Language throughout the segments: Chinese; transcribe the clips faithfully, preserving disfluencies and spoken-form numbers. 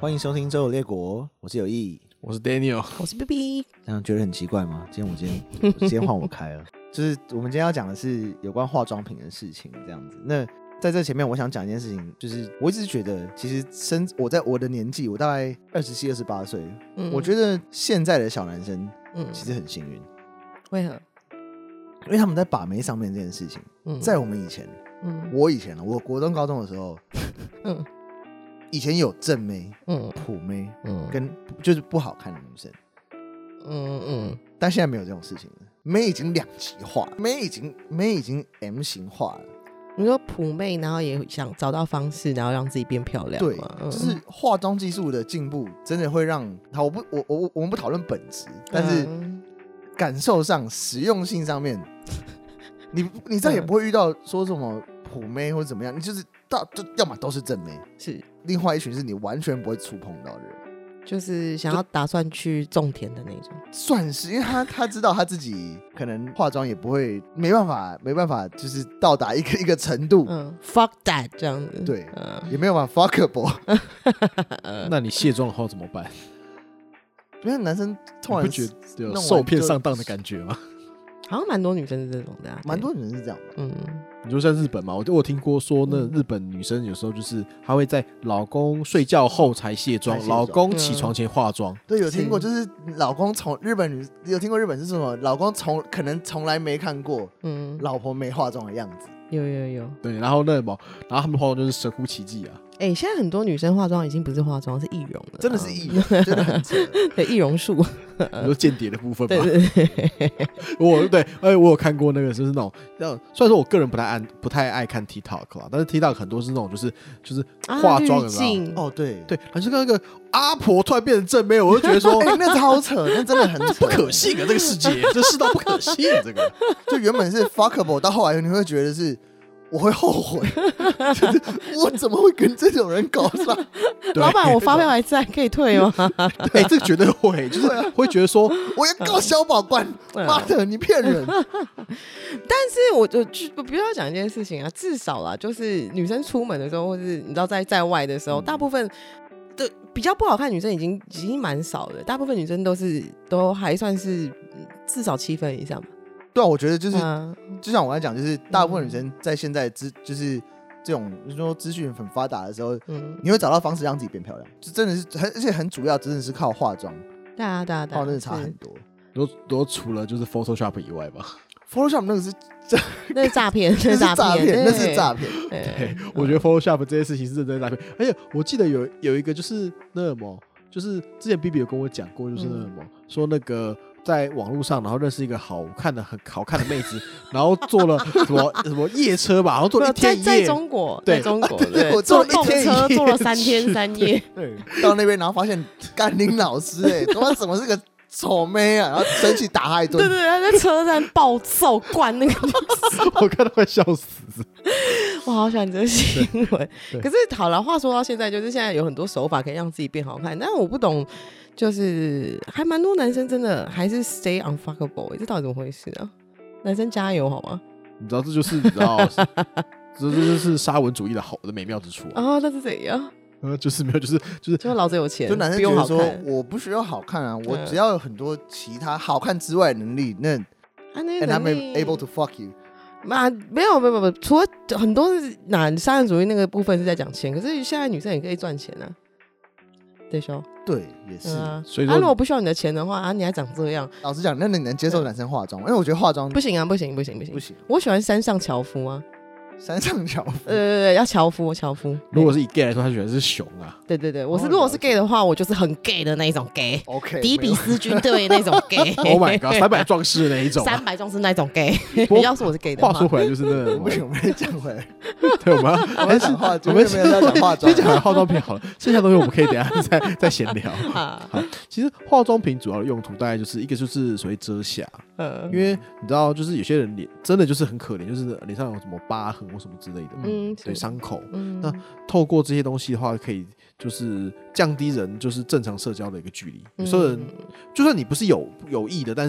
欢迎收听周游列国，我是有意， 我是 Daniel， 我是 B B。 这样觉得很奇怪吗？今天我今天今天换我开了，就是我们今天要讲的是有关化妆品的事情，这样子。那在这前面，我想讲一件事情，就是我一直觉得，其实生我在我的年纪，我大概二十七、二十八岁，我觉得现在的小男生，嗯，其实很幸运。 为何？ 因为他们在把妹上面这件事情，嗯、在我们以前，嗯，我以前我国中、高中的时候，嗯。以前有正妹、嗯、普妹，嗯，跟就是不好看的女生，嗯嗯，但现在没有这种事情了。妹已经两极化，妹已经妹已经 M 型化了。 你说普妹，然后也想找到方式，然后让自己变漂亮。 对， 嗯、 就是化妆技术的进步，真的会让好。我不，我我我们不讨论本质，但是感受上、实用性上面，你你再也不会遇到说什么普妹或者怎么样，你就是到就要么都是正妹， 是。 另外一群是你完全不会触碰到的人， 就是想要打算去种田的那种， 算是，因为他他知道他自己可能化妆也不会，没办法没办法，就是到达一个一个程度， 嗯 ，fuck that 这样子， 对，嗯、也没有办法 fuckable 。 那你卸妆后怎么办？ 因为男生突然不觉得有受骗上当的感觉吗？ 好像蛮多女生是这种的、啊， 蛮多女生是这样的。嗯， 你说像日本嘛，我我听过说，那日本女生有时候就是她会在老公睡觉后才卸妆，老公起床前化妆。 嗯、对，有听过，就是老公从日本女有听过日本是什么？老公从可能从来没看过，嗯，老婆没化妆的样子。 有有有。 对，然后那什么，然后他们化妆就是神乎其技啊。 哎、欸，现在很多女生化妆已经不是化妆，是易容了， 真的是易容，真的很扯。 对，易容术， 你说间谍的部分吧。 对对对， 我对，哎，我有看过那个，就是那种，那种虽然说我个人不太爱不太爱看 TikTok 啦，但是 TikTok 很多是那种就是就是化妆的、 啊、哦，对对，好像那个阿婆突然变成正妹，我就觉得说， 哎、欸，那超扯，那真的很扯， 不可信啊！这个世界，这世道不可信，这个就原本是 fuckable， 到后来你会觉得是。我会后悔，就是我怎么会跟这种人搞上？ 老板，我发票还在，可以退吗？ 哎、欸，这个绝对会，就是会觉得说， 我要告消保官，妈的，你骗人！ 但是我就我必须要讲一件事情啊，至少啦，就是女生出门的时候，或是你知道在在外的时候，嗯、大部分的比较不好看的女生已经已经蛮少的，大部分女生都是都还算是至少七分以上吧。 对啊，我觉得就是，嗯、就像我刚才讲，就是大部分女生在现在资，就是这种就是说资讯很发达的时候，嗯，你会找到方式让自己变漂亮，就真的是很，而且很主要，真的是靠化妆。 对啊，对啊，对啊， 真的差很多。 都都除了就是 Photoshop 以外吧 ，Photoshop 那个是那是诈骗，那是诈骗，那是诈骗。 对，我觉得 Photoshop 这件事情是真的诈骗。而且我记得有有一个就是那什么，就是之前 B B 有跟我讲过，就是那什么、嗯、说那个。在网络上，然后认识一个好看的、很好看的妹子，然后坐了什么什么夜车吧，然后坐了一天一夜。 在, 在中国， 对在中国，对， 我坐了一天车，坐了三天三夜。 对，到那边然后发现甘霖老师、欸，哎，他妈怎么是个丑妹啊？然后生气打他一顿。 对对，他在车站暴揍灌那个女生， 我看到快笑死。 我好喜欢这个新闻。可是好了，话说到现在，就是现在有很多手法可以让自己变好看，但是我不懂。就是还蛮多男生真的还是 stay unfuckable，、欸、这到底怎么回事啊？男生加油好吗？ 你知道这就是你知道，这就是沙文主义的好的美妙之处啊！ 哦，那是怎样？ 呃，就是没有，就是就是， 就老子有钱， 就男生觉得说我不需要好看啊，我只要有很多其他好看之外的能力，那、 啊、那 and I'm able to fuck you。 啊，没有没有没有，除了很多哪沙文主义那个部分是在讲钱，可是现在女生也可以赚钱啊。对说， 对，也是。 嗯、所以说，啊、如果不需要你的钱的话，啊，你还长这样。 老实讲，那你能接受男生化妆？因为我觉得化妆不行啊，不行，不行，不行， 不行。 我喜欢山上樵夫啊。 山上樵夫， 呃，对对对，要樵夫，樵夫。 如果是以 gay 来说，他选的是熊啊。 对对对，我是、哦、如果是 gay 的话，我就是很 gay 的那一种 gay。OK。 迪比斯军队那种 gay。 Oh my god， 三百壮士的那一种、啊。 三百壮士那种 gay。要是我是 gay 的话，话说回来就是那个，不行，我们讲回来。 对，我们我们讲化，我们先讲化妆， 先讲化妆品好了，剩下东西我们可以等一下再再闲聊。好，其实化妆品主要的用途大概就是一个就是所谓遮瑕，嗯，因为你知道，就是有些人脸真的就是很可怜，就是脸上有什么疤痕或什么之类的。嗯，对，伤口、嗯。那透过这些东西的话，可以就是降低人就是正常社交的一个距离。有时候人就算你不是有有意的，但是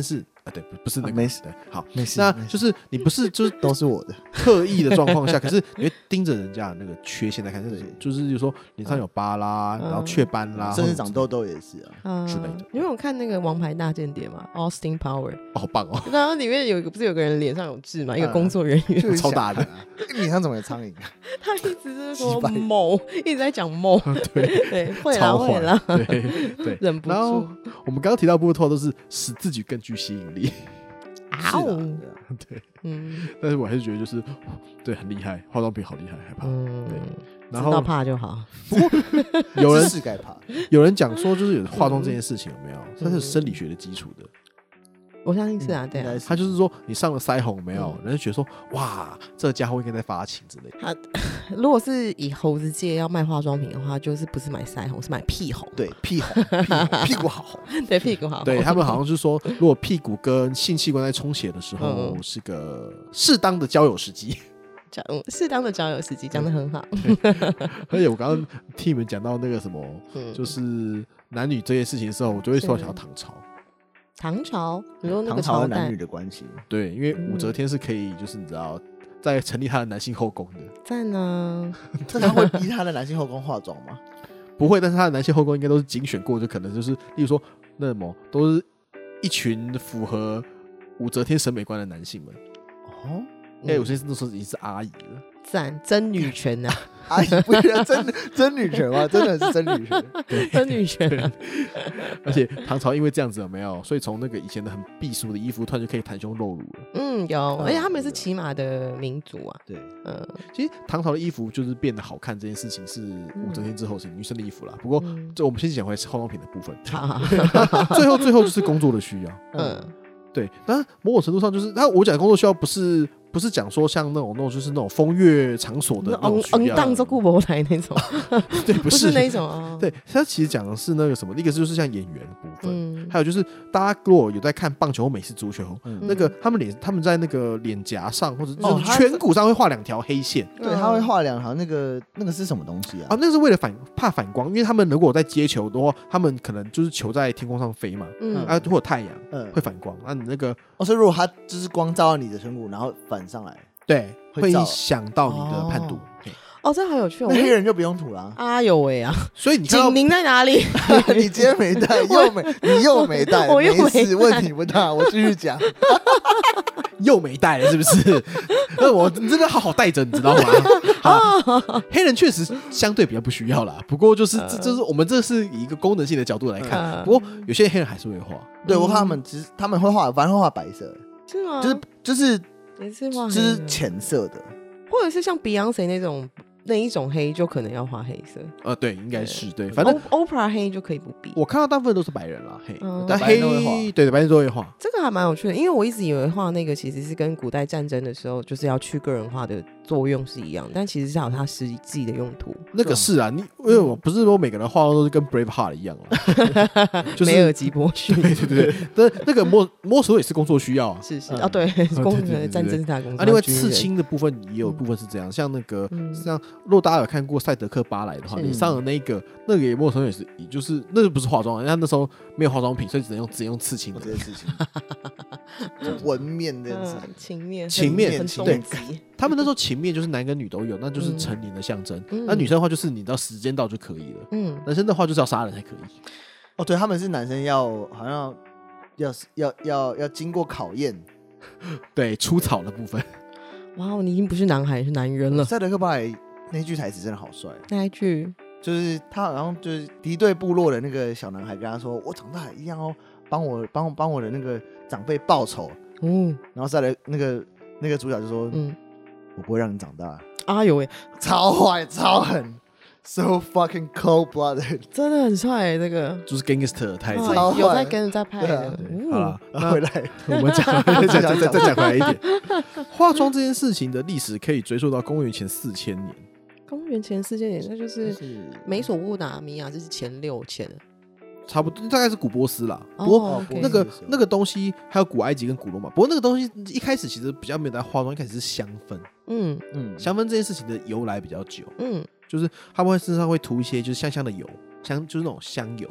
啊，对，不是那个， 没事， 对，好， 没事， 那就是你不是就是都是我的刻意的状况下，可是你会盯着人家的那个缺陷来看，就是就是比如说脸上有疤啦，然后雀斑啦， 甚至长痘痘也是啊之类的。 因为我看那个《王牌大间谍》嘛 ，Austin Power， 好棒哦！ 然后里面有一个不是有个人脸上有痣嘛，一个工作人员超大的， 脸上怎么有苍蝇？ 他一直是说某，一直在讲某， 对对，会啦会啦， 对对， 忍不住。 然后我们刚刚提到部分，通常都是使自己更具吸引力。 啊哦， 对， 嗯， 但是我还是觉得就是对很厉害，化妆品好厉害，害怕。嗯，对，然后知道怕就好。 不过有人是该怕， 有人讲说，就是有化妆这件事情有没有，它是生理学的基础的。 我相信是啊，对啊， 他就是说你上了腮红没有，人家觉得说哇，这家伙应该在发情之类的。 他如果是以猴子界要卖化妆品的话，就是不是买腮红，是买屁红。 对，屁红，屁红屁股好红。 对，屁股好红。 对他们好像是说，如果屁股跟性器官在充血的时候，是个适当的交友时机。 讲适当的交友时机，讲得很好。 而且我刚刚听你们讲到那个什么，就是男女这件事情的时候，我就会说想到唐朝。 唐朝，你说那个朝代男女的关系， 对，因为武则天是可以，就是你知道，在成立他的男性后宫的。 赞啊！ 那他会逼他的男性后宫化妆吗？ 不会，但是他的男性后宫应该都是精选过，就可能就是，例如说那什么，都是一群符合武则天审美观的男性们。哦，哎、欸，武则天那时候已经是阿姨了。 赞，真女权呐、啊！ 阿姨不是真真女权吗？真的是真女权， 对， 真女权。 而且唐朝因为这样子有没有，所以从那个以前的很避俗的衣服，突然就可以袒胸露乳了。 嗯，有，而且他们是骑马的民族啊。 对， 嗯， 其实唐朝的衣服就是变得好看这件事情是武则天之后是女生的衣服啦。不过，这我们先讲回化妆品的部分。最后，最后就是工作的需要。嗯，对，但某种程度上就是，他我讲的工作需要不是。不是讲说像那种那种就是那种风月场所的那种需要， 当做顾博来那种， 对，不是, 不是那种啊。 对，他其实讲的是那个什么，一个就是像演员的部分，嗯、还有就是大家如果有在看棒球或美式足球，嗯、那个他们脸他们在那个脸颊上或者就是颧骨上会画两条黑线， 对，他会画两条那个那个是什么东西啊？ 啊，那个是为了反怕反光，因为他们如果在接球的话，他们可能就是球在天空上飞嘛，嗯，啊，或者太阳，嗯，会反光，啊，你那个哦，所以如果它就是光照到你的颧骨，然后反上来。 对，会影响到你的判读。 哦，这好有趣。 那黑人就不用涂了。 啊有喂啊！ 所以你看到警铃在哪里？ 你今天没带，又没你又没带， 我又没事，问题不大。我继续讲， 又没带了，是不是？那我你真的好好带着，你知道吗？好，黑人确实相对比较不需要啦。不过就是这就是我们这是以一个功能性的角度来看。不过有些黑人还是会画。 对，我看他们其实他们会画，反正会画白色， 是吗？ 就是就是。 也是画， 就是浅色的， 或者是像 Beyonce 那种那一种黑，就可能要画黑色。 呃，对，应该是对，反正 Oprah 黑就可以不必。 我看到大部分都是白人啦，黑，嗯、但黑对对，白人都会画。 这个还蛮有趣的，因为我一直以为画那个其实是跟古代战争的时候就是要去个人化的作用是一样，但其实是有它实际的用途。 那个是啊，你因为我不是说每个人画都是跟 Braveheart 一样啊， 就是梅尔吉伯逊。 对对对，但那个摸摸手也是工作需要啊。 是是啊，对，工战争是他工作。 啊，另外刺青的部分也有部分是这样，像那个像如果大家有看过赛德克巴莱的话，你上的那个那个摸手也是，就是那个不是化妆，人家那时候没有化妆品，所以只能用只能用刺青这件事情。纹面这件事情， 情面情面对。他们那时候情面就是男跟女都有，那就是成年的象征。嗯、那女生的话就是你到时间到就可以了。嗯，男生的话就是要杀人才可以。 哦，对，他们是男生要好像要要要要经过考验， 对，出草的部分。 哇，你已经不是男孩是男人了。 赛德克巴莱那句台词真的好帅。 那一句就是他好像就是敌对部落的那个小男孩跟他说：“我长大一样哦，帮我帮我帮我的那个长辈报仇。”嗯，然后赛德那个那个主角就说：“嗯。”我不会让你长大啊！有诶， 超坏超狠 ，so fucking cold blooded， 真的很帅诶，这个就是 gangster 的台词， 有在跟人在拍的。 好了， 那回来我们讲再讲再再讲回来一点，化妆这件事情的历史可以追溯到公元前四千年。 公元前四千年，那就是美索不达米亚，这是前六千。 差不多大概是古波斯啦，不过那个、oh, okay. 那个东西还有古埃及跟古罗马，不过那个东西一开始其实比较没有在化妆，一开始是香氛，嗯嗯，香氛这件事情的由来比较久，嗯，就是他们会身上会涂一些就是香香的油，香就是那种香油，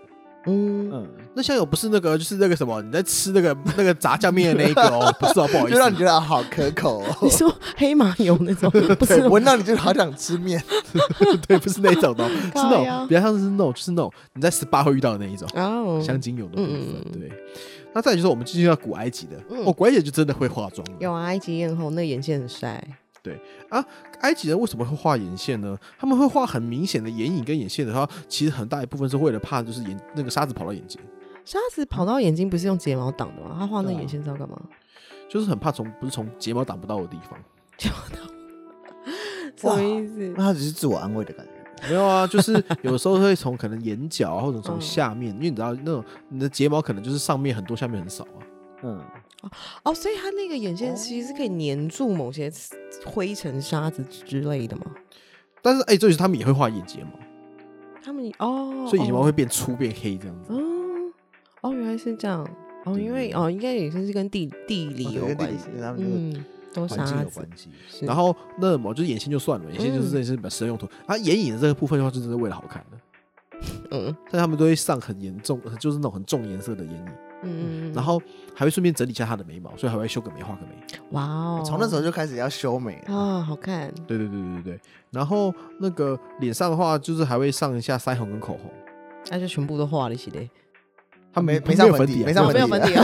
嗯嗯，那香油不是那个，就是那个什么，你在吃那个那个炸酱面的那一个哦，不是哦，不好意思， 就让你觉得好可口哦。 你说黑麻油那种，不是闻到你就好想吃面， 对，不是那种的，是那种比较像是那种，就是那种你在十八会遇到的那一种哦，香精油的部分，嗯嗯对。那再来就是我们进入到古埃及的，嗯、哦，古埃及就真的会化妆了。 有啊，埃及艳后那眼线很晒。 对啊，埃及人为什么会画眼线呢？他们会画很明显的眼影跟眼线的话，其实很大一部分是为了怕就是眼那个沙子跑到眼睛。 沙子跑到眼睛不是用睫毛挡的吗？他画那眼线是要干嘛？ 就是很怕从不是从睫毛挡不到的地方。 睫毛挡？什么意思？ 那他只是自我安慰的感觉。 没有啊，就是有时候会从可能眼角、啊、或者从下面，嗯、因为你知道那种你的睫毛可能就是上面很多，下面很少啊。嗯。 哦，所以它那个眼线其实是可以粘住某些灰尘、沙子之类的吗？ 但是，哎、欸，这就是他们也会画眼睫毛， 他们哦， 所以眼睫毛会变粗、变黑这样子。 哦，哦，原来是这样。哦，因为哦，应该也是跟地地理有关系， 嗯， 都沙子有关系。 然后那么就是眼线就算了，眼线就是真的是比较实用用途。它、嗯、眼影的这个部分的话，就真的为了好看的。嗯，但他们都会上很严重，就是那种很重颜色的眼影。嗯，然后还会顺便整理一下他的眉毛，所以还会修个眉、画个眉。 哇哦！ 从那时候就开始要修眉了哦，好看。 对对对对对。然后那个脸上的话，就是还会上一下腮红跟口红。 那就全部都画了一些嘞。 他没没上粉底，没上没有粉底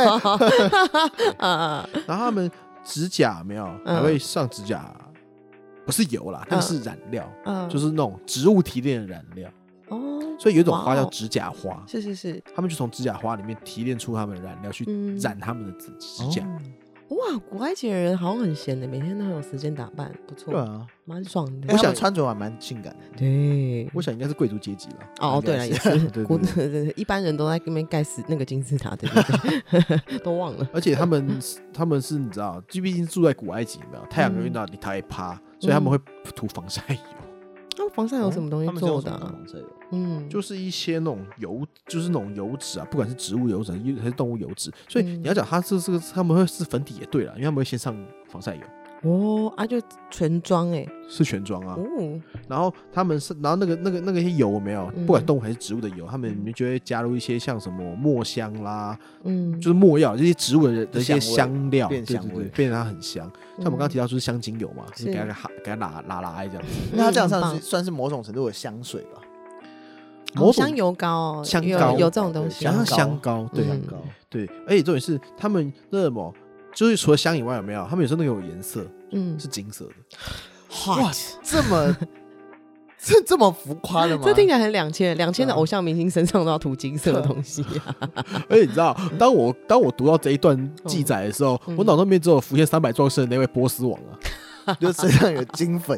啊。然后他们指甲没有，还会上指甲，不是油啦，那个是染料，就是那种植物提炼的染料。哦，所以有一种花叫指甲花， 是是是， 他们就从指甲花里面提炼出他们的染料去染他们的指指甲。 哇，古埃及的人好像很闲的，每天都很有时间打扮，不错， 对啊， 蛮爽的。 我想穿着还蛮性感的， 对， 我想应该是贵族阶级了。 哦，对了，也是，对对对，一般人都在那边盖死那个金字塔，对对对，都忘了。 而且他们他们是你知道，毕竟住在古埃及，没有太阳有到你太趴，所以他们会涂防晒油。 他们防晒油什么东西做的、啊？ 嗯，就是一些那种油，就是那种油脂啊，不管是植物油脂还是动物油脂。所以你要讲它是这个，他们会是粉底也对了，因为他们会先上防晒油。 哦啊，就全妆哎， 是全妆啊。哦，然后他们是，然后那个那个那个些油有没有，不管动物还是植物的油，他们里面就会加入一些像什么墨香啦，嗯，就是墨药这些植物的的一些香料， 变香味， 变得它很香。像我们刚刚提到就是香精油嘛，就是给它给它拉拉拉这样子。 那它这样算是算是某种程度的香水吧？ 哦，香油膏， 香膏有这种东西， 像香膏，对香膏，对。而且重点是他们那什么。就是除了香以外，有没有？他们有时候那个有颜色，嗯，是金色的。 哇，这么这这么浮夸的吗？ 这听起来很两千，两千的偶像明星身上都要涂金色的东西啊！ 而且你知道，当我当我读到这一段记载的时候，嗯、我脑中面只有浮现三百壮士的那位波斯王啊，就身上有金粉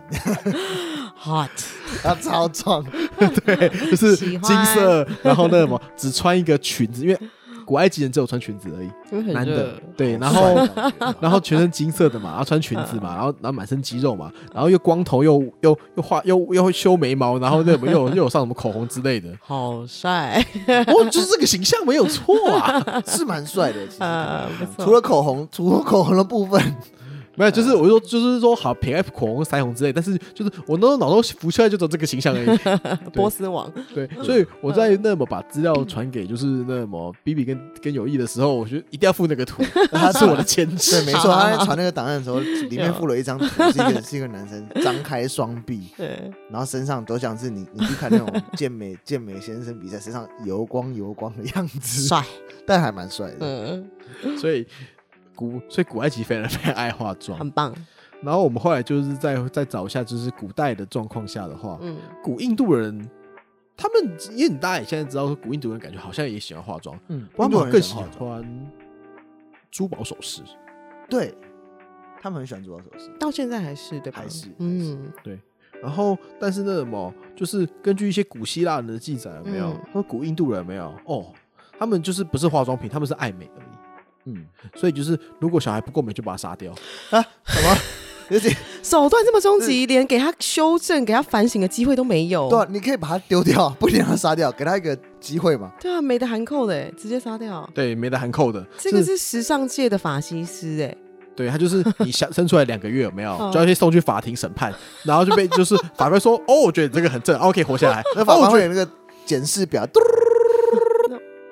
，hot， 他超壮， 对，就是金色，然后那什么，只穿一个裙子，因为。古埃及人只有穿裙子而已，男的对，然后然后全身金色的嘛，然后穿裙子嘛，然后然后满身肌肉嘛，然后又光头又又又画又又会修眉毛，然后又又又有上什么口红之类的， 好帅！ 哦，就是这个形象没有错啊， 是蛮帅的。其实、呃、除了口红，除了口红的部分。 没有，就是我说，就是说，好偏爱口红、腮红之类，但是就是我那脑中浮出来就只有这个形象而已。 波斯王， 对，所以我在那么把资料传给就是那么 B B 跟跟有意的时候，我觉得一定要附那个图，他是我的签字。 对，没错，他在传那个档案的时候，里面附了一张图，是一个是一个男生张开双臂，对，然后身上都像是你你去看那种健美健美先生比赛，身上油光油光的样子， 帅， 但还蛮帅的。 嗯，所以。古所以古埃及非常非常爱化妆， 很棒。 然后我们后来就是再再找一下，就是古代的状况下的话，嗯，古印度人他们，因为你大家也现在知道，古印度人感觉好像也喜欢化妆，嗯，他们更喜欢珠宝首饰， 对，他们很喜欢珠宝首饰， 到现在还是对吧？ 还是， 嗯，对。然后，但是那什么，就是根据一些古希腊人的记载，有没有？那、嗯、古印度人有没有？哦，他们就是不是化妆品，他们是爱美而已。嗯，所以就是如果小孩不够美，就把他杀掉啊？什么？ 手段这么终极，连给他修正、给他反省的机会都没有。 对、啊，你可以把他丢掉，不一定让他杀掉，给他一个机会嘛。 对啊，没得含扣的，直接杀掉。 对，没得含扣的。 这个是时尚界的法西斯哎。 对，他就是你生出来两个月有没有，就要先送去法庭审判，然后就被就是法官说，哦，我觉得你这个很正 ，OK 活下来。 那法官会有那个检视表。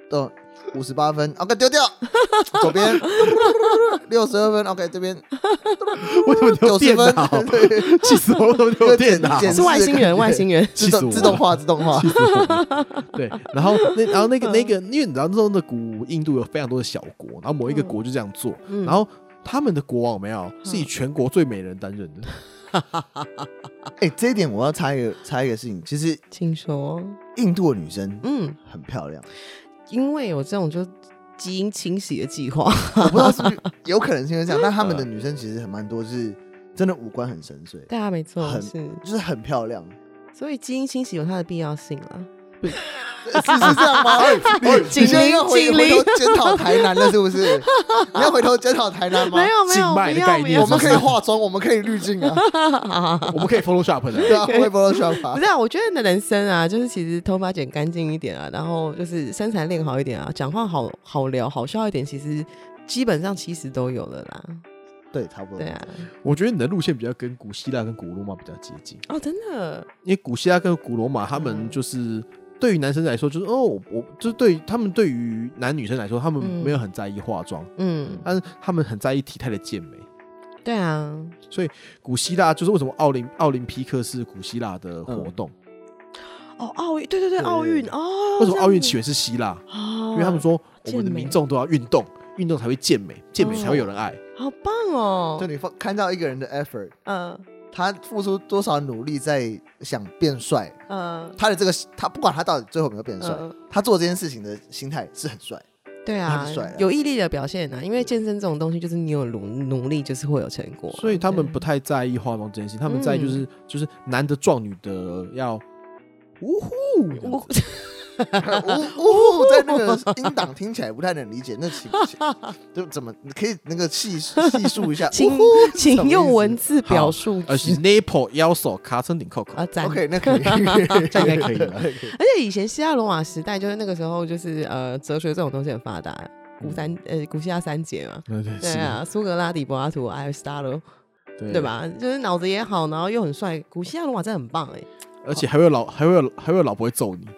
都五十八分 ，OK 丢掉，左边六十二分 ，OK 这边为什么丢电脑？气死我！为什么丢电脑？ 是外星人，外星人， 自动自动化，自动化。 对，然后那然后那个那个，因为你知道那时候的古印度有非常多的小国，然后某一个国就这样做，嗯、然后他们的国王有没有是以全国最美人担任的。 哎、欸，这一点我要插一个插一个事情，其实请说， 印度的女生嗯很漂亮， 因为有这种就基因清洗的计划， 我不知道是不是有可能是因为这样，但他们的女生其实很蛮多是真的五官很深邃， 对啊，没错， 很是就是很漂亮， 所以基因清洗有它的必要性了。 是是这样吗？你你现在要回回头检讨台南了，是不是？你要回头检讨台南吗？ 没有没有， 静脉的概念， 我们可以化妆，我们可以滤镜啊， 我们可以 Photoshop 的， 对啊，会 Photoshop 啊。 不是啊，我觉得人生啊，就是其实头发剪干净一点啊，然后就是身材练好一点啊，讲话好好聊好笑一点，其实基本上其实都有了啦。 对，差不多。 对啊， 我觉得你的路线比较跟古希腊跟古罗马比较接近哦，真的。 因为古希腊跟古罗马，他们就是对于男生来说，就是哦，我就是对于他们对于男女生来说，他们没有很在意化妆，嗯，但是他们很在意体态的健美。 对啊， 所以古希腊就是为什么奥林奥林匹克是古希腊的活动。 嗯、哦，奥运，对对对，奥运哦。 为什么奥运起源是希腊？哦，因为他们说我们的民众都要运动。运动才会健美，健美才会有人爱， 哦、好棒哦！ 就你看到一个人的 effort， 嗯，他付出多少努力在想变帅，嗯，他的这个他不管他到底最后有没有变帅，嗯、他做这件事情的心态是很帅， 对啊，很帅啊，有毅力的表现啊。因为健身这种东西，就是你有努努力，就是会有成果。 所以他们不太在意化妆这件事情，他们在意就是、嗯、就是男的壮，女的要呜呼。 呜呜，在那个音档听起来不太能理解，那请就怎么可以那个细细述一下？ 请请用文字表述。 而是 nipple 腰手卡成顶扣扣啊 ，OK， 那可以， 这样应该可以了。 而且以前希腊罗马时代，就是那个时候，就是呃，哲学这种东西很发达，古三呃古希腊三杰嘛， 对对对啊，苏格拉底、柏拉图、阿里斯塔罗，对吧？就是脑子也好，然后又很帅，古希腊罗马真的很棒哎。 而且还会有老还会有还会有老婆会揍你。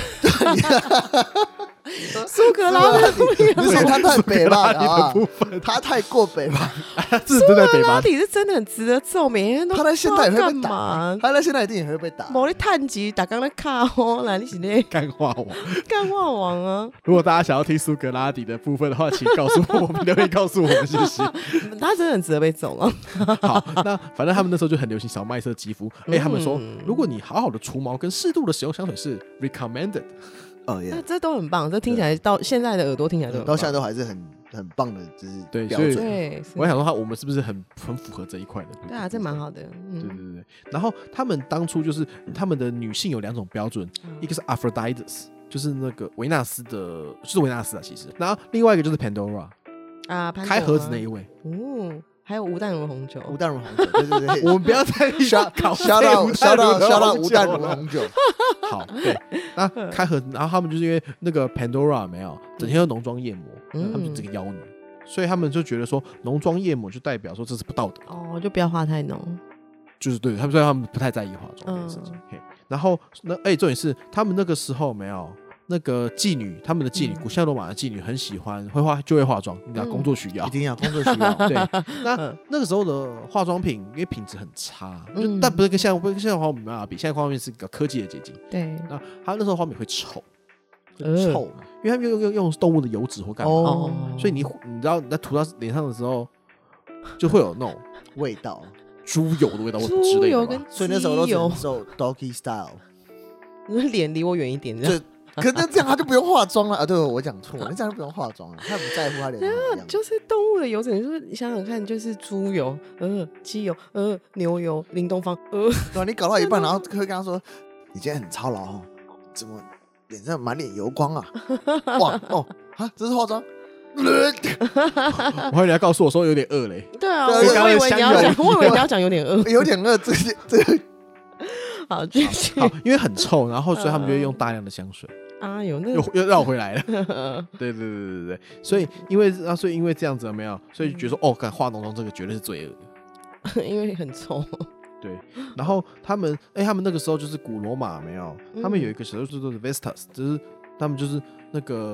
苏格拉底不是他太北吧啊，他太过北吧。 苏格拉底是真的很值得揍，每天都他在现在也会被打，他在现在一定也会被打。 某的探级打刚才卡哦，来你是那干话王， 干话王啊！ 如果大家想要听苏格拉底的部分的话，请告诉我们，留言告诉我们，谢谢。 他真的很值得被揍了。 好，那反正他们那时候就很流行小麦色肌肤，哎、欸，他们说，如果你好好的除毛跟适度的使用香水是 recommended。 哦耶， 这都很棒，这听起来到现在的耳朵听起来都很棒， 到现在都还是很很棒的，就是对标准。 对， 我想说他我们是不是很很符合这一块的？ 对啊，这蛮好的。 嗯、对对对。然后他们当初就是他们的女性有两种标准，嗯、一个是 Aphrodite， 就是那个维纳斯的，就是维纳斯啊，其实。然后另外一个就是 Pandora 啊， 开盒子那一位。 哦。还有吴淡如红酒， 吴淡如红酒，对对对， 我们不要再消消到消到消到吴淡如红酒。 好，对，那开盒，然后他们就是因为那个 Pandora 没有整天都浓妆艳抹，嗯、他们就这个妖女，所以他们就觉得说浓妆艳抹就代表说这是不道德哦，就不要化太浓， 就是对他们，所以他们不太在意化妆这件事情。嗯、然后那哎，重点是他们那个时候没有。那个妓女，他们的妓女，古希腊罗马的妓女很喜欢会化，就会化妆，你知道，工作需要， 一定要工作需要。 对，那那个时候的化妆品，因为品质很差，就但不是跟现在，不跟现在化妆品没办法比，现在化妆品是个科技的结晶。 对， 那他那时候化妆品会臭，臭，因为他们用用用动物的油脂或干嘛，所以你你知道，在涂到脸上的时候，就会有那种味道， 猪油的味道或者之类的吧。 所以那时候都只能走 doggy style， 你脸离我远一点，这样。 可是这样他就不用化妆了啊！对，我讲错了，那这样就不用化妆了，他不在乎他脸怎么样。 就是动物的油脂，你说你想想看，就是猪油、呃鸡油、呃牛油、林东方，呃， 对啊，你搞到一半，然后会跟他说：“你今天很操劳哦，怎么脸上满脸油光啊？”哇哦啊，这是化妆。 我还以为你要告诉我说有点饿嘞。 对啊，我以为你要讲，我以为你要讲有点饿， 有点饿，这些这个。 好，继续。 好，因为很臭，然后所以他们就会用大量的香水。 啊，有那又又绕回来了。对对对对对，所以因为啊，所以因为这样子有没有，所以觉得说哦，干化浓妆这个绝对是罪恶的，因为很臭。 对，然后他们哎、欸，他们那个时候就是古罗马没有，他们有一个小说叫做 Vestas， 就是他们就是那个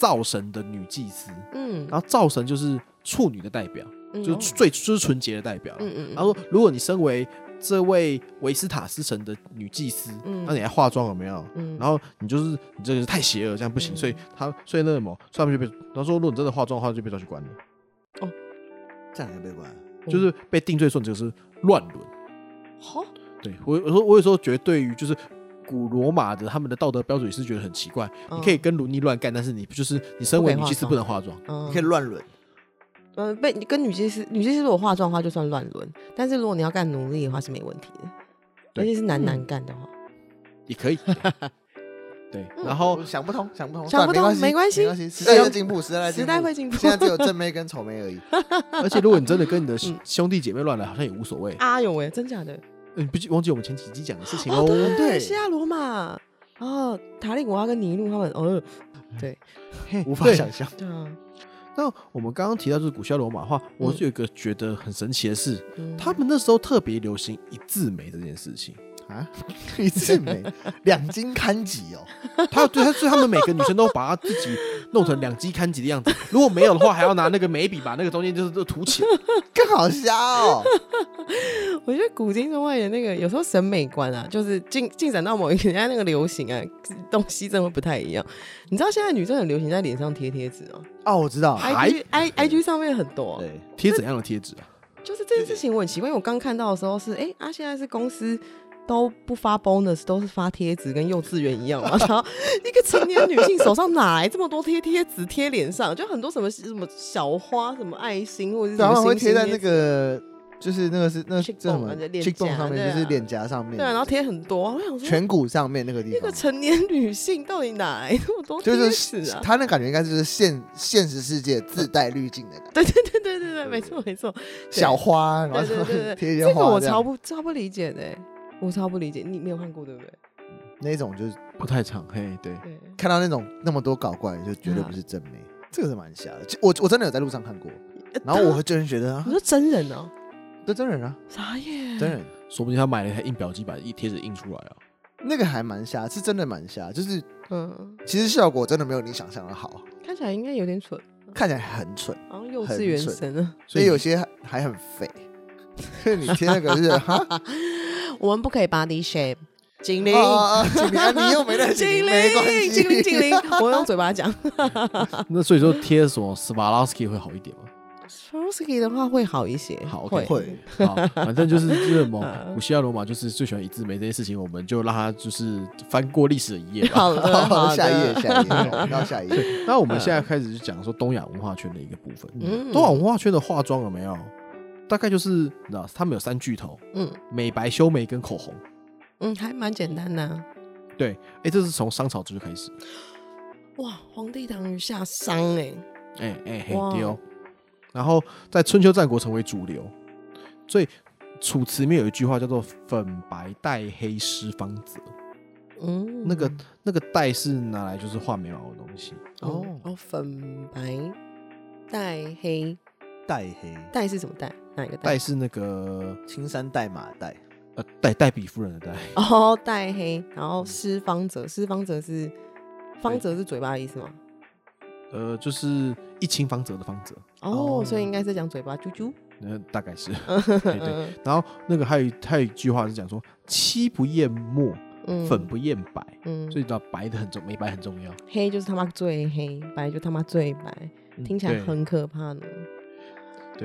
灶神的女祭司，嗯，然后灶神就是处女的代表，嗯、就是最就是纯洁的代表，嗯嗯，然后如果你身为这位维斯塔斯神的女祭司，嗯，那你还化妆有没有？嗯，然后你就是你这个太邪恶，这样不行，嗯、所以他所以那什么，所以他们就被他说，如果你真的化妆的话，就被抓去关了。 哦，这样也被关了， 就是被定罪顺就是乱伦。好，对我我说我有时候觉得对于就是古罗马的他们的道德标准也是觉得很奇怪，嗯、你可以跟伦尼乱干，但是你就是你身为女祭司不能化妆， 嗯、你可以乱伦。 呃，被跟女祭司，女祭司如果化妆的话就算乱伦，但是如果你要干奴隶的话是没问题的，而且是男男干的话、嗯、 也可以。对，然后、 嗯、想不通，想不通， 想不通，没关系， 没关系，时代在进步，时代时代会进步， 现在只有正妹跟丑妹而已。 而且如果你真的跟你的兄弟姐妹乱来，好像也无所谓。 啊，有哎，真假的？ 你不忘记我们前几集讲的事情哦？ 哦对，西亚罗马，哦，塔利古拉跟尼禄他们，哦，对， 无法想象。 对啊。 那我们刚刚提到就是古希腊罗马的话，我是有一个觉得很神奇的事，嗯、他们那时候特别流行一字眉这件事情啊，一字眉，两金看吉哦。 他对他，所以他们每个女生都把她自己弄成两金看吉的样子，如果没有的话，还要拿那个眉笔把那个中间就是涂起来， 更好笑哦。 我觉得古今中外的那个有时候审美观啊，就是进进展到某一个人家那个流行啊东西，真的会不太一样。你知道现在女生很流行在脸上贴贴纸吗？ 哦，我知道 ，I G I I G 上面很多。 对，贴怎样的贴纸啊？ 就是这件事情我很奇怪，因为我刚看到的时候是，哎、欸、啊，现在是公司都不发 bonus， 都是发贴纸，跟幼稚园一样嘛。然后一个成年女性手上哪来这么多贴贴纸贴脸上？就很多什么什么小花、什么爱心或者是什么星星， 会贴在那个。就是那个是那是什么 cheekbone 上面，就是脸颊上面， 对、啊，然后贴很多。我想说， 颧骨上面那个地方， 那个成年女性到底哪来那么多贴纸啊？ 她那感觉应该就是现现实世界自带滤镜的感觉。 对对对对对对，没错没错。 小花，然后贴一些花， 这个我超不超不理解的，我超不理解。你没有看过对不对？ 那种就是不太常嘿，对， 对看到那种那么多搞怪，就绝对不是正妹。这个是蛮瞎的，我我真的有在路上看过，然后我会真的觉得， 你说真人哦。 对真人啊， 傻眼， 真人， 说不定他买了一台印表机，把一贴纸印出来啊。 那个还蛮瞎，是真的蛮瞎，就是嗯，其实效果真的没有你想象的好， 看起来应该有点蠢， 看起来很蠢， 好像幼稚园生啊， 所以有些还很肥。你贴那个是哈， 我们不可以 body shape。精灵， 啊、精灵、啊，你又没在精灵，没关系， 精灵精灵，我用嘴巴讲。 那所以说贴什么 Swarovski 会好一点吗 ？Swarovski 的话会好一些， 好 ，OK， 会， 好，反正就是就是什么古希腊罗马就是最喜欢一字眉这件事情，我们就让它就是翻过历史的一页吧。 好的，好的， 下一页，下一页，到下一页。 那我们现在开始就讲说东亚文化圈的一个部分。嗯，东亚文化圈的化妆有没有？大概就是你知道，他们有三巨头，嗯，美白、修眉跟口红。 嗯，还蛮简单的、啊。 对，哎、欸，这是从商朝就开始。 哇，皇帝唐虞夏商哎， 哎哎嘿丢。然后在春秋战国成为主流，所以楚辞里面有一句话叫做“粉白带黑施方泽”。嗯，那个那个带是拿来就是画眉毛的东西。 哦哦，粉白带黑， 带黑带是什么带？哪一个带？带是那个青山带马带。 呃，代代笔夫人的代哦，带黑，然后施方泽，施方泽是方泽是嘴巴的意思吗？ 呃，就是一清方泽的方泽哦，哦所以应该是讲嘴巴啾啾， 呃，大概是对对。然后那个还有还有一句话是讲说，漆不厌墨，嗯、粉不厌白，嗯，所以知道白的很重，美白很重要。 黑就是他妈最黑，白就他妈最白，嗯、听起来很可怕呢。 对，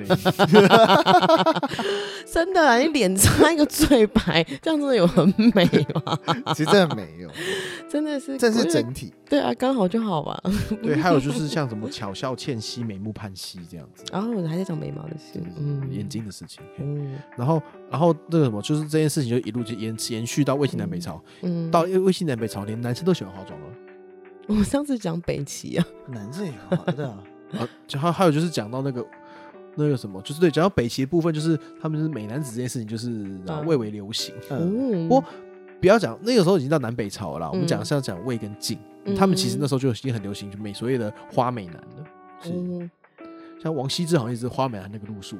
真的啊！你脸擦一个最白，这样真的有很美吗？ 其实真的没有， 真的是， 这是整体。 对啊，刚好就好吧。 对，还有就是像什么巧笑倩兮，眉目盼兮这样子。 然后我还在讲眉毛的事， 嗯，眼睛的事情。嗯，然后，然后那个什么，就是这件事情就一路就延延续到魏晋南北朝。嗯，到魏晋南北朝，连男生都喜欢化妆了。 我上次讲北齐啊， 男生也化的啊。 啊，还还有就是讲到那个。那个什么，就是对，讲到北齐的部分，就是他们就是美男子这件事情，就是蔚为流行。嗯，不过不要讲那个时候已经到南北朝了啦，嗯、我们讲是要讲魏跟晋、嗯，他们其实那时候就已经很流行美所谓的花美男了。是，嗯、像王羲之好像也是花美男那个路数的。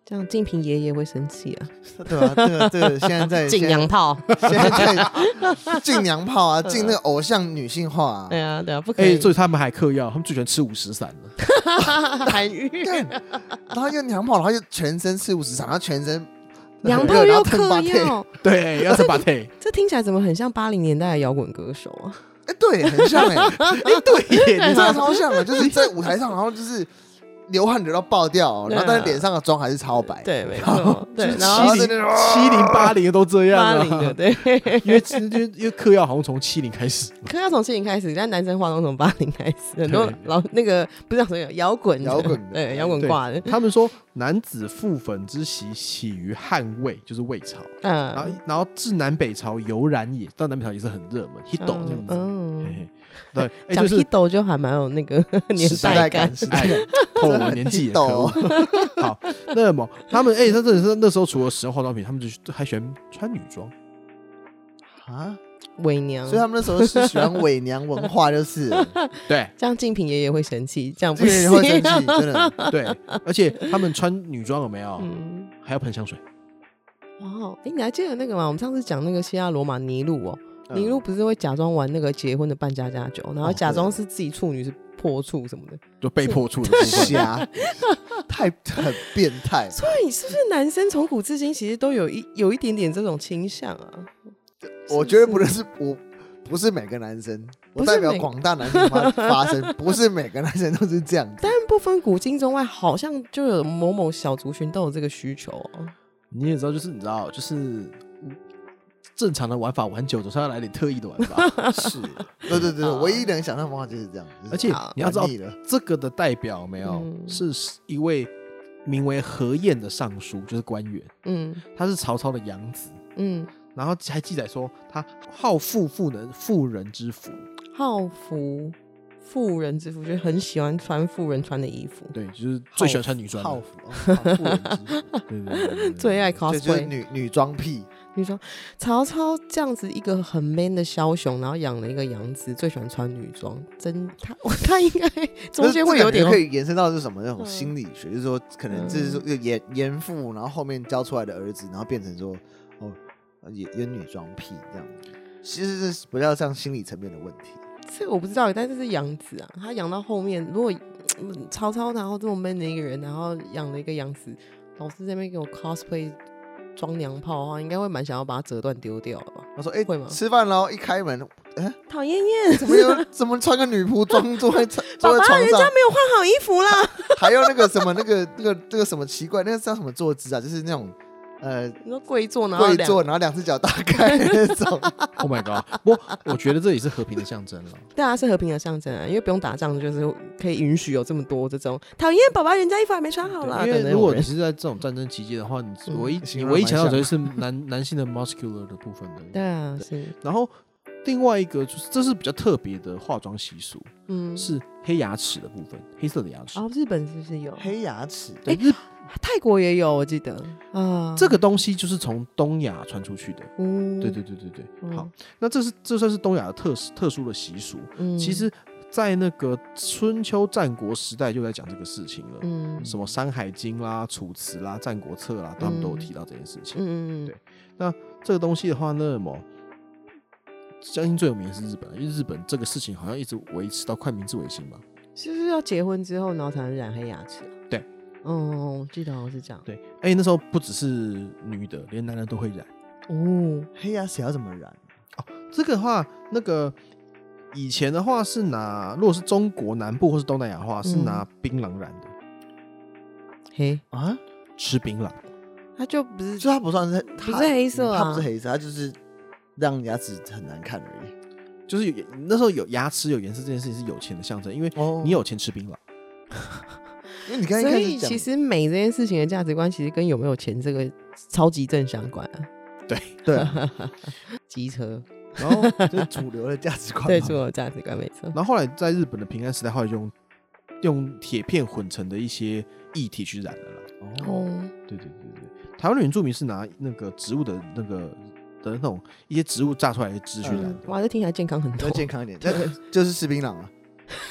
这样静平爷爷会生气啊。 对啊，这个这个现在在禁娘炮， 现在在禁娘炮啊，禁那个偶像女性化啊。 对啊对啊，不可以。 哎，所以他们还嗑药，他们最喜欢吃五石散了。 韩愈， 然后又娘炮，然后又全身吃五石散，然后全身娘炮又嗑药， 对，要是把腿。 这听起来怎么很像八零年代的摇滚歌手啊？ 哎，对，很像哎， 哎，对耶， 真的超像的，就是在舞台上，然后就是流汗流到爆掉，然后但是脸上的妆还是超白。 对，没错，对， 然后七零七零八零都这样， 八零的对， 因为因为嗑药好像从七零开始， 嗑药从七零开始，但男生化妆从八零开始，很多老那个不是讲摇滚摇滚对摇滚挂的。 他们说男子覆粉之习起于汉魏，就是魏朝，嗯，然后然后至南北朝犹然也，到南北朝也是很热门 ，hito 这样子，嗯，对， 讲 hito 就还蛮有那个年代感， 时代感， 透露年纪也可恶。好，那么他们哎，他真的是那时候除了使用化妆品，他们就还喜欢穿女装啊。 伪娘， 所以他们那时候是喜欢伪娘文化，就是对， 这样静平爷爷会生气，这样不行， 会生气，真的对。而且他们穿女装有没有？嗯，还要喷香水。 哦，哎，你还记得那个吗？我们上次讲那个希腊罗马尼禄哦，尼禄不是会假装玩那个结婚的扮家家酒，然后假装是自己处女是破处什么的， 就被破处的部分， 瞎，太很变态。 所以是不是男生从古至今其实都有一有一点点这种倾向啊？ 我觉得不是我，不是每个男生，我代表广大男性发声，不是每个男生都是这样子。 但不分古今中外，好像就有某某小族群都有这个需求哦。 你也知道，就是你知道，就是正常的玩法玩久，总是要来点特异的玩法。 是，对对对，唯一能想象方法就是这样。 而且你要知道，这个的代表没有、嗯、是一位名为何晏的尚书，就是官员。嗯，他是曹操的养子。嗯。然后还记载说，他好妇妇人妇人之服， 好服妇人之服，就是很喜欢穿妇人穿的衣服。 对，就是最喜欢穿女装的。 好服，好妇人之服， 对对 对, 对， 最爱 cosplay， 就是女女装癖。 女装，曹操这样子一个很 man 的枭雄，然后养了一个养子，最喜欢穿女装，真他他应该中间会有点可以延伸到是什么那种心理学，嗯、就是说可能这是说严严父，然后后面教出来的儿子，然后变成说哦。也有女装癖这样子，其实是比较像心理层面的问题。 这个我不知道，但是是养子啊，他养到后面，如果、嗯、曹操然后这么 man 的一个人，然后养了一个养子，老师在那边给我 cosplay 装娘炮的话，应该会蛮想要把它折断丢掉了吧？ 他说：“哎、欸， 会吗？ 吃饭喽，一开门，哎， 讨厌厌， 怎么有怎么穿个女仆装坐在坐在床上？ 人家没有换好衣服啦。 还有那个什么那个那个那个什么奇怪，那个叫什么坐姿啊？就是那种。”呃， 你说跪坐，然后跪坐，然后两只脚打开那种。 Oh my god！ 不过我觉得这也是和平的象征了。 对啊，是和平的象征啊，因为不用打仗，就是可以允许有这么多这种讨厌宝宝，人家衣服还没穿好啦。 因为如果你是在这种战争期间的话，你唯一、嗯、你唯一强调的是男男性的 muscular 的部分的。 对啊，是。 然后另外一个就是，这是比较特别的化妆习俗，嗯，是黑牙齿的部分，黑色的牙齿。 哦，日本是不是有黑牙齿？ 对，日。 泰国也有，我记得啊， 这个东西就是从东亚传出去的。嗯，对对对对对。嗯、好，那这是这算是东亚的特特殊的习俗。嗯，其实，在那个春秋战国时代就在讲这个事情了。嗯，什么《山海经》啦、《楚辞》啦、《战国策》啦，他们都有提到这件事情。嗯嗯对，那这个东西的话，那么相信最有名的是日本，因为日本这个事情好像一直维持到快明治维新吧。 是不是要结婚之后，然后才能染黑牙齿？ 对。 哦，记得好像是这样。 对，哎、欸，那时候不只是女的，连男的都会染。 哦，黑牙齿要怎么染？ 哦，这个的话，那个以前的话是拿，如果是中国南部或是东南亚的话，是拿槟榔染的。 黑、 嗯、啊， 吃槟榔， 它就不是， 就它不算是， 不是黑色啊， 它不是黑色，它就是让牙齿很难看而已。 就是有那时候有牙齿有颜色这件事情是有钱的象征，因为你有钱吃槟榔。哦因为你刚才所以其实美这件事情的价值观，其实跟有没有钱这个超级正相关啊。 对对啊， 机车， 然后就是主流的价值观， 对主流的价值观没错。 然后后来在日本的平安时代，后来用用铁片混成的一些液体去染的了。哦，对对对对，台湾的原住民是拿那个植物的那个的那种一些植物榨出来的汁去染的。 哇，这听起来健康很多， 健康一点，这就是吃槟榔啊。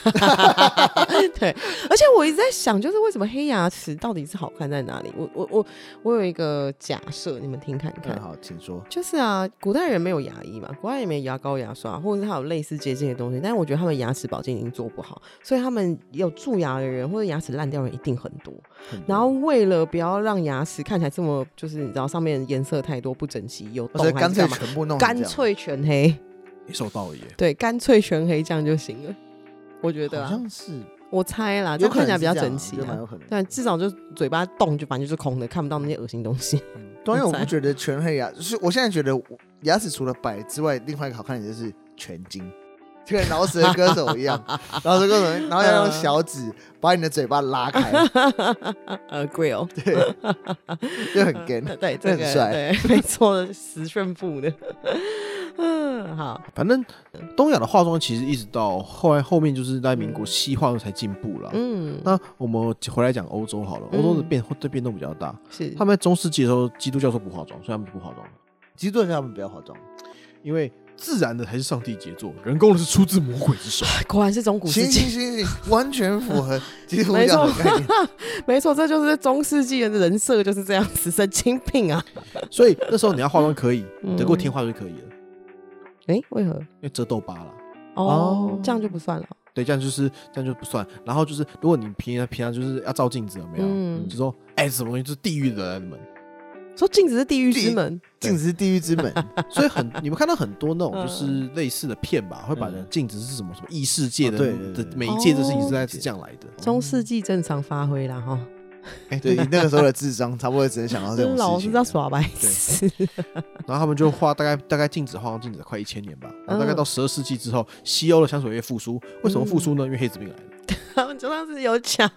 对，而且我一直在想，就是为什么黑牙齿到底是好看在哪里？我我我我有一个假设，你们听看看。 好，请说。 就是啊，古代人没有牙医嘛，古代人没有牙膏、牙刷，或者是他有类似接近的东西，但是我觉得他们牙齿保健已经做不好，所以他们有蛀牙的人或者牙齿烂掉的人一定很多。很多然后为了不要让牙齿看起来这么，就是你知道上面颜色太多不整齐，有洞， 干脆全部弄， 干脆全黑。 没收到耶。 对，干脆全黑这样就行了。我觉得、啊、 好像是， 我猜啦，就看起来比较整齐、啊， 蛮有可能。 但至少就嘴巴洞就反正就是空的，看不到那些恶心东西。 对、嗯，因为我不觉得全黑牙，就是我现在觉得牙齿除了白之外，另外一个好看的就是全金，就跟饶舌歌手一样，饶舌歌手，然后要用小指把你的嘴巴拉开。 呃 ，grill， 对，就很 gay， 对，这个很帅，对，没错，十顺步的。嗯，好， 反正东亚的化妆其实一直到后来后面就是在民国西化才进步了。嗯，那我们回来讲欧洲好了，欧洲的变的变动比较大。 是， 他们在中世纪的时候，基督教说不化妆，所以他们不化妆。 基督教他们不要化妆，因为自然的才是上帝杰作，人工的是出自魔鬼之手。 果然是中古世纪， 行行行，完全符合基督教的概念。 没错，这就是中世纪的人设就是这样子，神经病啊！ 所以那时候你要化妆可以，得过天花就可以了。 哎、欸，为何？ 因为遮痘疤了。 哦，这样就不算了。 对，这样就是这样就不算。然后就是，如果你平常平常就是要照镜子，有没有？嗯，就说哎、欸，什么东西就是地狱的门。 说镜子是地狱之门， 镜子是地狱之门。 所以很你们看到很多那种就是类似的片吧，会把人镜子是什么什么异世界的、哦、的媒介的事情是在是这样来的。 中世纪正常发挥啦哈。 哎、欸，对，你那个时候的智商，差不多只能想到这种事情。 老是在耍白痴。 然后他们就画大概大概镜子画上镜子快一千年吧，然后大概到十二世纪之后，西欧的香水业复苏。为什么复苏呢？因为黑死病来了。 他们就当时有讲。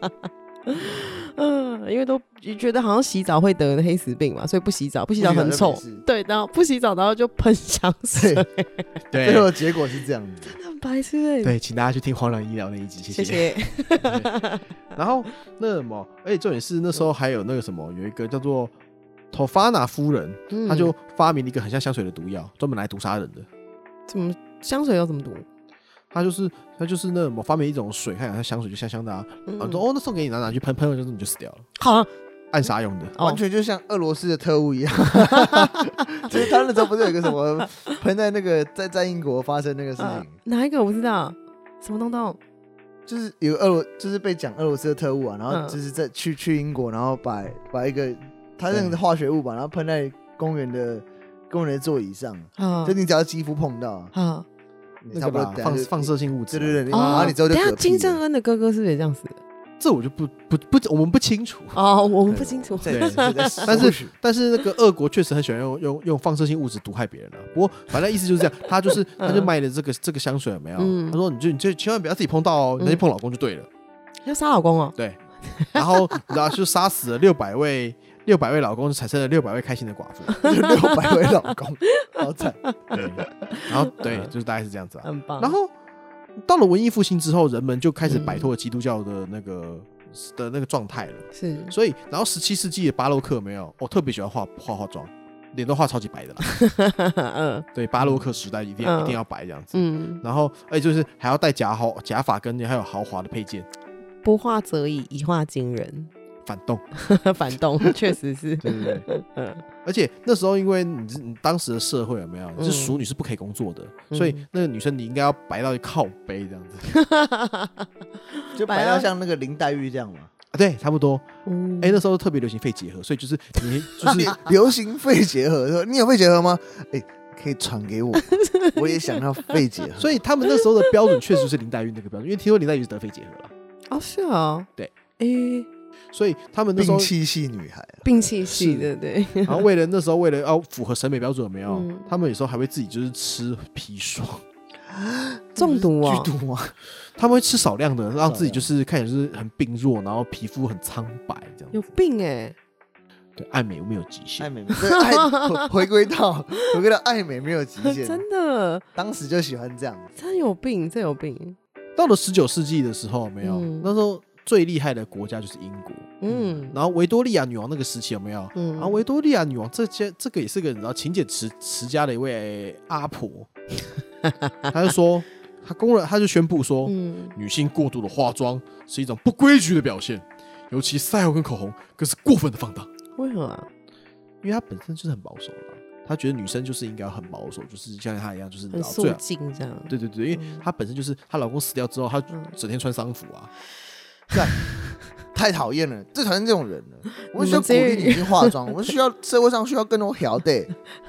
嗯，因为都觉得好像洗澡会得黑死病嘛，所以不洗澡，不洗澡很臭。对，然后不洗澡，然后就喷香水。 对， 最后结果是这样子， 真的很白痴哎。 对，请大家去听荒凉医疗那一集，谢谢。 谢谢。 然后那什么，而且重点是那时候还有那个什么，有一个叫做托法纳夫人，嗯、她就发明了一个很像香水的毒药，专门来毒杀人的。 怎么香水要怎么毒？ 他就是他就是那种发明一种水，看起来像香水，就香香的啊。嗯、然后说哦，那送给你拿拿去喷，喷了就是你就死掉了。 好、啊， 暗杀用的， 完全就像俄罗斯的特务一样。就是他那时候不是有一个什么喷在那个在在英国发生那个事情？呃、 哪一个我不知道？什么东东？ 就是有俄罗，就是被讲俄罗斯的特务啊，然后就是在去去英国，然后把把一个他那个化学物吧，然后喷在公园的公园的座椅上，嗯、就你只要肌肤碰到， 嗯。 差不多放放射性物质， 对对对，然后你之后就等一下金正恩的哥哥是不是也这样死的？ 这我就不不不，我们不清楚哦，我们不清楚。 对，但是但是那个俄国确实很喜欢用用用放射性物质毒害别人啊。不过反正意思就是这样，他就是他就卖了这个这个香水有没有？嗯、他说你就你就千万不要自己碰到哦，你去碰老公就对了。 要杀老公哦？ 对，然后你知道就杀死了六百位。六百位老公就产生了六百位开心的寡妇， 就六百位老公，好惨。 对，然后对，就是大概是这样子啊。 很棒。 然后到了文艺复兴之后，人们就开始摆脱了基督教的那个、嗯、的那个状态了。 是， 所以然后十七世纪的巴洛克没有，我、哦、特别喜欢画画化妆，脸都画超级白的啦。嗯，对，巴洛克时代一定要、嗯、一定要白这样子。嗯，然后而且就是还要戴假豪假发跟还有豪华的配件。 不画则已，一画惊人。 反动， 反动，确实是， 对对对，嗯，而且那时候因为你你当时的社会有没有，你是淑女是不可以工作的，嗯、所以那个女生你应该要白到靠背这样子， 就白到像那个林黛玉这样嘛， 啊，对，差不多。哎、嗯欸，那时候特别流行肺结核，所以就是你就是流行肺结核，你有肺结核吗？哎、欸，可以传给我，我也想要肺结核。 所以他们那时候的标准确实是林黛玉那个标准，因为听说林黛玉是得肺结核了。 哦，是啊， 对， 哎、欸。 所以他们那时候病气系女孩、啊， 病气系对对。 然后为了那时候为了要符合审美标准，有没有？嗯、他们有时候还会自己就是吃砒霜， 中毒啊， 剧毒啊。 他们会吃少量的，让自己就是看起来就是很病弱，然后皮肤很苍白这样。 有病哎、欸！ 对，爱美没有极限， 爱美爱回归到回归到爱美没有极限， 真的， 当时就喜欢这样， 真有病，真有病。 到了十九世纪的时候，没有、嗯、那时候。最厉害的国家就是英国，嗯，然后维多利亚女王那个时期有没有？嗯，然后维多利亚女王这些这个也是个你知道勤俭持持家的一位阿婆，她就说他公然他就宣布说，嗯、女性过度的化妆是一种不规矩的表现，尤其腮红跟口红更是过分的放大。 为什么、啊？ 因为他本身就是很保守的，他觉得女生就是应该很保守，就是像他一样，就是很素净这样。 对对对，因为她本身就是她老公死掉之后，她整天穿丧服啊， 干、太讨厌了，最讨厌这种人了。我们需要鼓励女性化妆，我们需要社会上需要更多调的。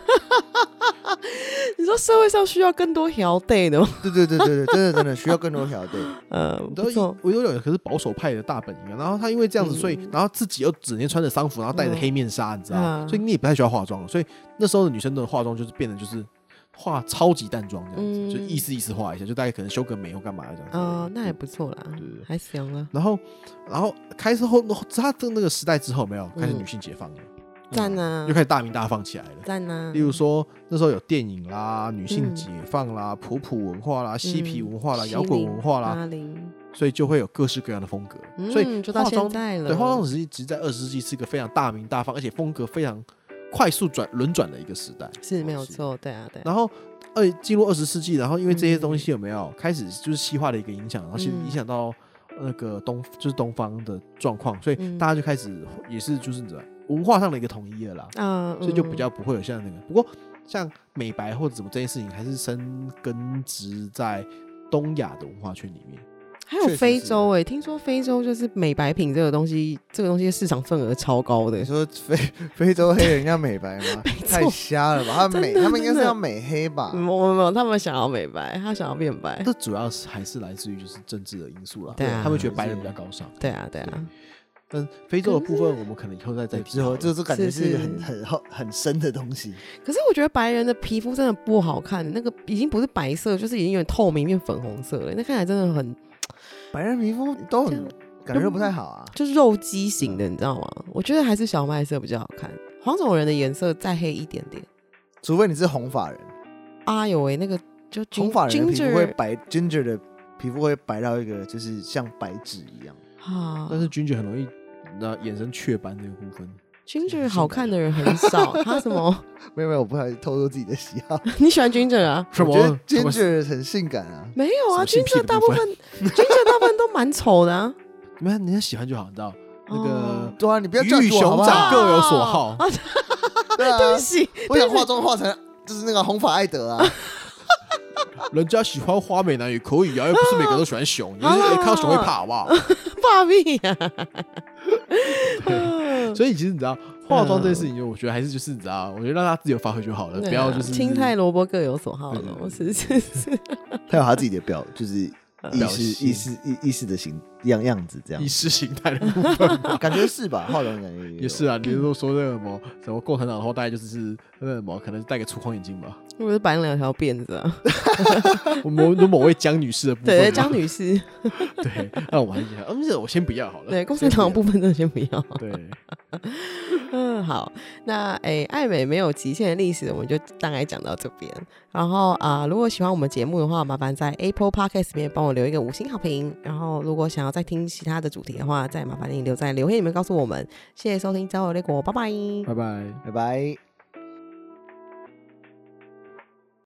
你说社会上需要更多调对的吗？ 对对对对对，真的真的需要更多调对。 呃， 不错，我都有，可是保守派的大本营啊。然后他因为这样子，所以、嗯、然后自己又整天穿着丧服，然后戴着黑面纱，嗯、你知道、嗯，所以你也不太需要化妆了。所以那时候的女生的化妆就是变得就是化超级淡妆这样子，嗯、就意思意思化一下，就大概可能修个眉或干嘛这样子。 哦，那还不错啦，对对对，还行了。 然后然后开始后，他的那个时代之后，没有开始女性解放了。 赞啊！ 又开始大名大放起来了。 赞啊！ 例如说那时候有电影啦、女性解放啦、嗯、普普文化啦、嬉皮文化啦、摇滚文化啦，所以就会有各式各样的风格。 嗯、 所以就到现在了。 对，化妆其实在二十世纪是一个非常大名大放，而且风格非常快速转轮转的一个时代。 是没有错，对啊，对啊。 然后二进入二十世纪，然后因为这些东西有没有、嗯、开始就是西化的一个影响，然后其实影响到那个东就是东方的状况，所以大家就开始也是就是你知道。文化上的一个统一了啦，嗯，所以就比较不会有像那个。不过像美白或者怎么这件事情，还是深根植在东亚的文化圈里面。 还有非洲哎、欸，听说非洲就是美白品这个东西，这个东西市场份额超高的、欸。 你说非非洲黑人要美白吗？太瞎了吧！他们美，他们应该是要美黑吧？ 没有没有，他们想要美白，他想要变白。 这主要是还是来自于就是政治的因素啦。 对啊， 他们觉得白人比较高尚。 对啊，对啊。对但非洲的部分，我们可能以后再再提。 之后，这这感觉是一个很很很深的东西。 可是我觉得白人的皮肤真的不好看，那个已经不是白色，就是已经有点透明变粉红色了。那看起来真的很， 白人皮肤都很感觉不太好啊， 就是肉鸡型的，你知道吗？我觉得还是小麦色比较好看，黄种人的颜色再黑一点点， 除非你是红发人。 啊有喂，那个就红发人的皮肤会白 ，Ginger 的皮肤会白到一个就是像白纸一样。 啊、 但是 Ginger 很容易那衍生雀斑这个部分。 Ginger 好看的人很少，他什么？ 没有没有，我不好意思透露自己的喜好。 你喜欢 Ginger 啊？ 我觉得 Ginger 很性感啊。 没有啊 ，Ginger 大部分 Ginger 大部分都蛮丑的啊。 没有，人家喜欢就好，你知道？那个对啊，你不要叫鱼与熊掌各有所好。 对啊， 对不起， 我想化妆化成就是那个红发艾德啊。 人家喜欢花美男也可以啊，又不是每个人都喜欢熊，你看到熊会怕好不好？ 怕屁呀！ 所以其实你知道化妆这件事情，我觉得还是就是你知道，我觉得让他自由发挥就好了，不要就是青菜萝卜各有所好了，是是是。 他有他自己的表，就是意识意识意意识的形样样子这样， 意识形态的部分， 感觉是吧？化妆感觉也是啊。你是说说那个什么什么共产党的话，大概就是那什么，可能戴个粗框眼镜吧。 我是绑两条辫子啊。 我们某位江女士的部分， 对江女士， 对，那我还是嗯，我先不要好了。 对，共产党的部分真的先不要。 对， 嗯，好，那诶，爱美没有极限的历史，我们就大概讲到这边。然后啊、呃，如果喜欢我们节目的话，麻烦在 Apple Podcast 里面帮我留一个五星好评。然后，如果想要再听其他的主题的话，再麻烦你留在留言里面告诉我们。谢谢收听《交友列国》，拜拜， 拜拜， 拜拜。